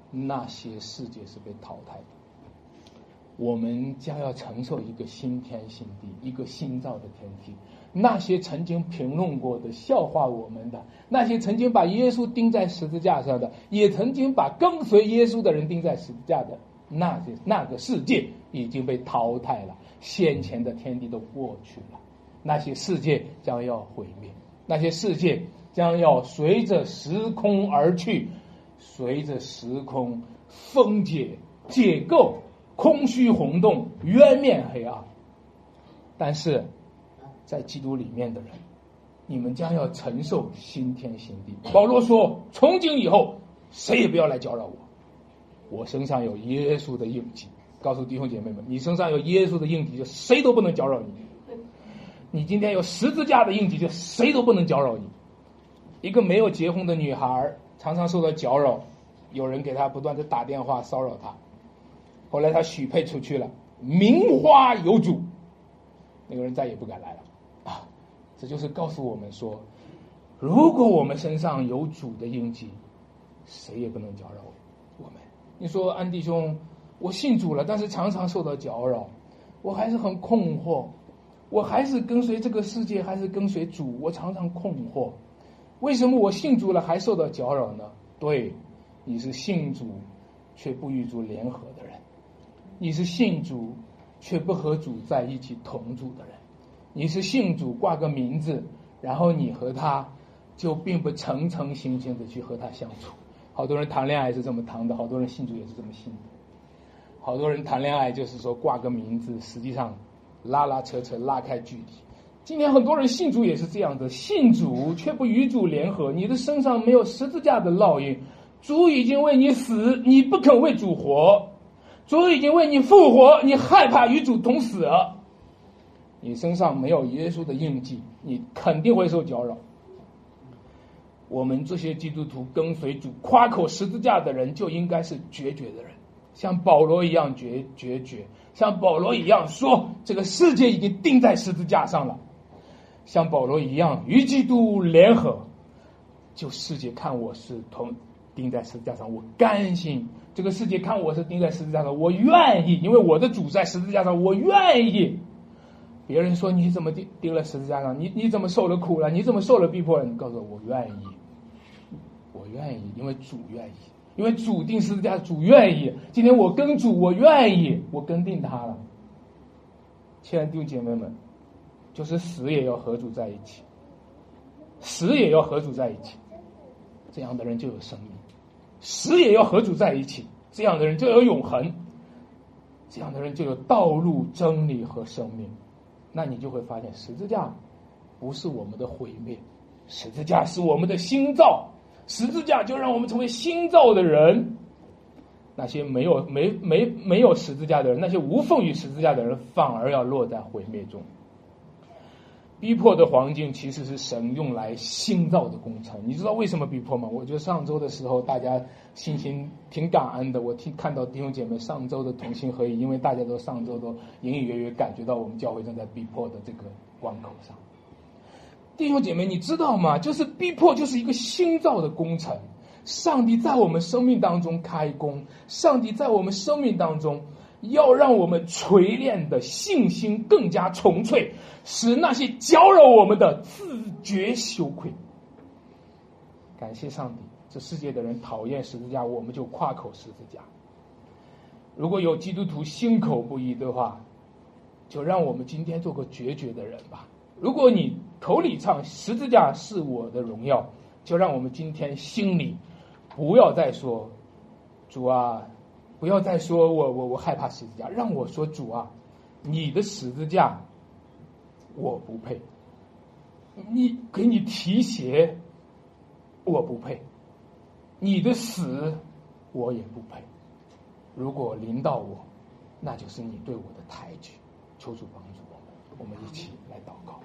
那些世界是被淘汰的。我们将要承受一个新天新地，一个新造的天地。那些曾经评论过的、笑话我们的，那些曾经把耶稣钉在十字架上的，也曾经把跟随耶稣的人钉在十字架的，那些那个世界已经被淘汰了，先前的天地都过去了，那些世界将要毁灭，那些世界将要随着时空而去，随着时空分解、解构，空虚混动，渊面黑暗。但是在基督里面的人，你们将要承受新天新地。保罗说，从今以后谁也不要来搅扰我，我身上有耶稣的印记。告诉弟兄姐妹们，你身上有耶稣的印记，就谁都不能搅扰你。你今天有十字架的印记，就谁都不能搅扰你。一个没有结婚的女孩常常受到搅扰，有人给她不断的打电话骚扰她，后来她许配出去了，名花有主，那个人再也不敢来了啊！这就是告诉我们说，如果我们身上有主的印记，谁也不能搅扰我们。你说安弟兄，我信主了，但是常常受到搅扰，我还是很困惑，我还是跟随这个世界，还是跟随主，我常常困惑，为什么我信主了还受到搅扰呢？对，你是信主却不与主联合的人，你是信主却不和主在一起同住的人，你是信主挂个名字，然后你和他就并不诚诚心心的去和他相处。好多人谈恋爱是这么谈的，好多人信主也是这么信的。好多人谈恋爱就是说挂个名字，实际上拉拉扯扯，拉开距离。今天很多人信主也是这样的，信主却不与主联合，你的身上没有十字架的烙印，主已经为你死，你不肯为主活，主已经为你复活，你害怕与主同死，你身上没有耶稣的印记，你肯定会受搅扰。我们这些基督徒跟随主夸口十字架的人，就应该是决绝的人，像保罗一样决决绝，像保罗一样说这个世界已经钉在十字架上了，像保罗一样与基督联合，就世界看我是同钉在十字架上，我甘心；这个世界看我是钉在十字架上，我愿意，因为我的主在十字架上，我愿意。别人说你怎么钉钉了十字架上，你你怎么受了苦了，你怎么受了逼迫了，你告诉我，我愿意，我愿意，因为主愿意，因为主钉十字架，主愿意。今天我跟主，我愿意，我跟定他了。亲爱的弟兄姐妹们，就是死也要和主在一起，死也要和主在一起，这样的人就有生命；死也要和主在一起，这样的人就有永恒，这样的人就有道路、真理和生命。那你就会发现，十字架不是我们的毁灭，十字架是我们的新造，十字架就让我们成为新造的人。那些没有没没没有十字架的人，那些无奉于十字架的人，反而要落在毁灭中。逼迫的环境其实是神用来新造的工程。你知道为什么逼迫吗？我觉得上周的时候大家心情挺感恩的，我听看到弟兄姐妹上周的同心合意，因为大家都上周都隐隐约约感觉到我们教会正在逼迫的这个关口上。弟兄姐妹，你知道吗？就是逼迫就是一个新造的工程，上帝在我们生命当中开工，上帝在我们生命当中要让我们锤炼的信心更加纯粹，使那些搅扰我们的自觉羞愧。感谢上帝，这世界的人讨厌十字架，我们就夸口十字架。如果有基督徒心口不一的话，就让我们今天做个决绝的人吧。如果你口里唱十字架是我的荣耀，就让我们今天心里不要再说主啊，不要再说我我我害怕十字架，让我说主啊，你的十字架我不配，你给你提鞋我不配，你的死我也不配。如果临到我，那就是你对我的抬举。求主帮助我们，我们一起来祷告。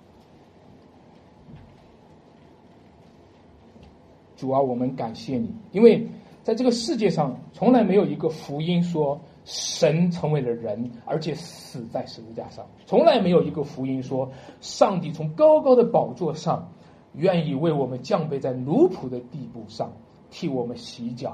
主啊，我们感谢你，因为在这个世界上从来没有一个福音说神成为了人，而且死在十字架上，从来没有一个福音说上帝从高高的宝座上愿意为我们降卑在奴仆的地步上，替我们洗脚，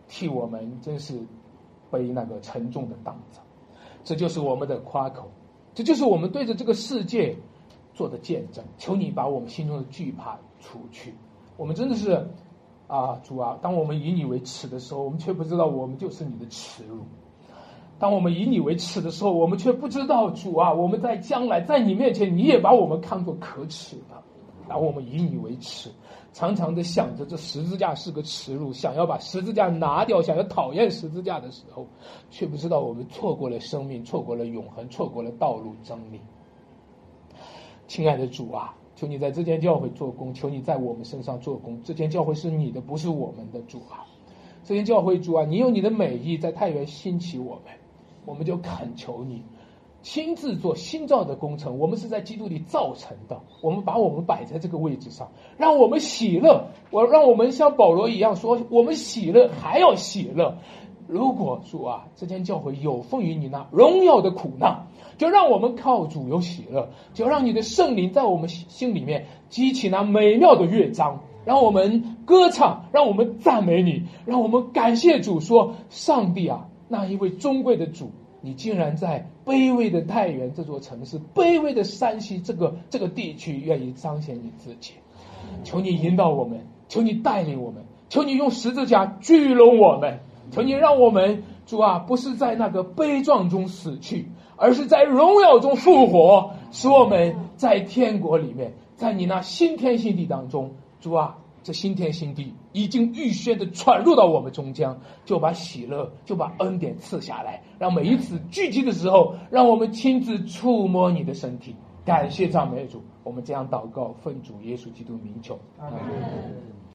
替我们真是背那个沉重的担子。这就是我们的夸口，这就是我们对着这个世界做的见证。求你把我们心中的惧怕除去。我们真的是啊，主啊，当我们以你为耻的时候，我们却不知道我们就是你的耻辱。当我们以你为耻的时候，我们却不知道，主啊，我们在将来在你面前，你也把我们看作可耻的。当我们以你为耻，常常的想着这十字架是个耻辱，想要把十字架拿掉，想要讨厌十字架的时候，却不知道我们错过了生命，错过了永恒，错过了道路真理。亲爱的主啊，求你在这间教会做工，求你在我们身上做工。这间教会是你的，不是我们的，主啊。这间教会，主啊，你有你的美意在太原兴起我们，我们就恳求你亲自做新造的工程。我们是在基督里造成的，我们把我们摆在这个位置上，让我们喜乐。我让我们像保罗一样说，我们喜乐还要喜乐。如果主啊，这间教会有奉于你那荣耀的苦难，就让我们靠主有喜乐，就让你的圣灵在我们心里面激起那美妙的乐章，让我们歌唱，让我们赞美你，让我们感谢主，说上帝啊，那一位尊贵的主，你竟然在卑微的太原这座城市，卑微的山西这个这个地区愿意彰显你自己。求你引导我们，求你带领我们，求你用十字架聚拢我们，求你让我们主啊，不是在那个悲壮中死去，而是在荣耀中复活，使我们在天国里面，在你那新天新地当中，主啊，这新天新地已经预先的传入到我们中间，就把喜乐，就把恩典赐下来，让每一次聚集的时候，让我们亲自触摸你的身体。感谢赞美主，我们这样祷告，奉主耶稣基督名求，阿们。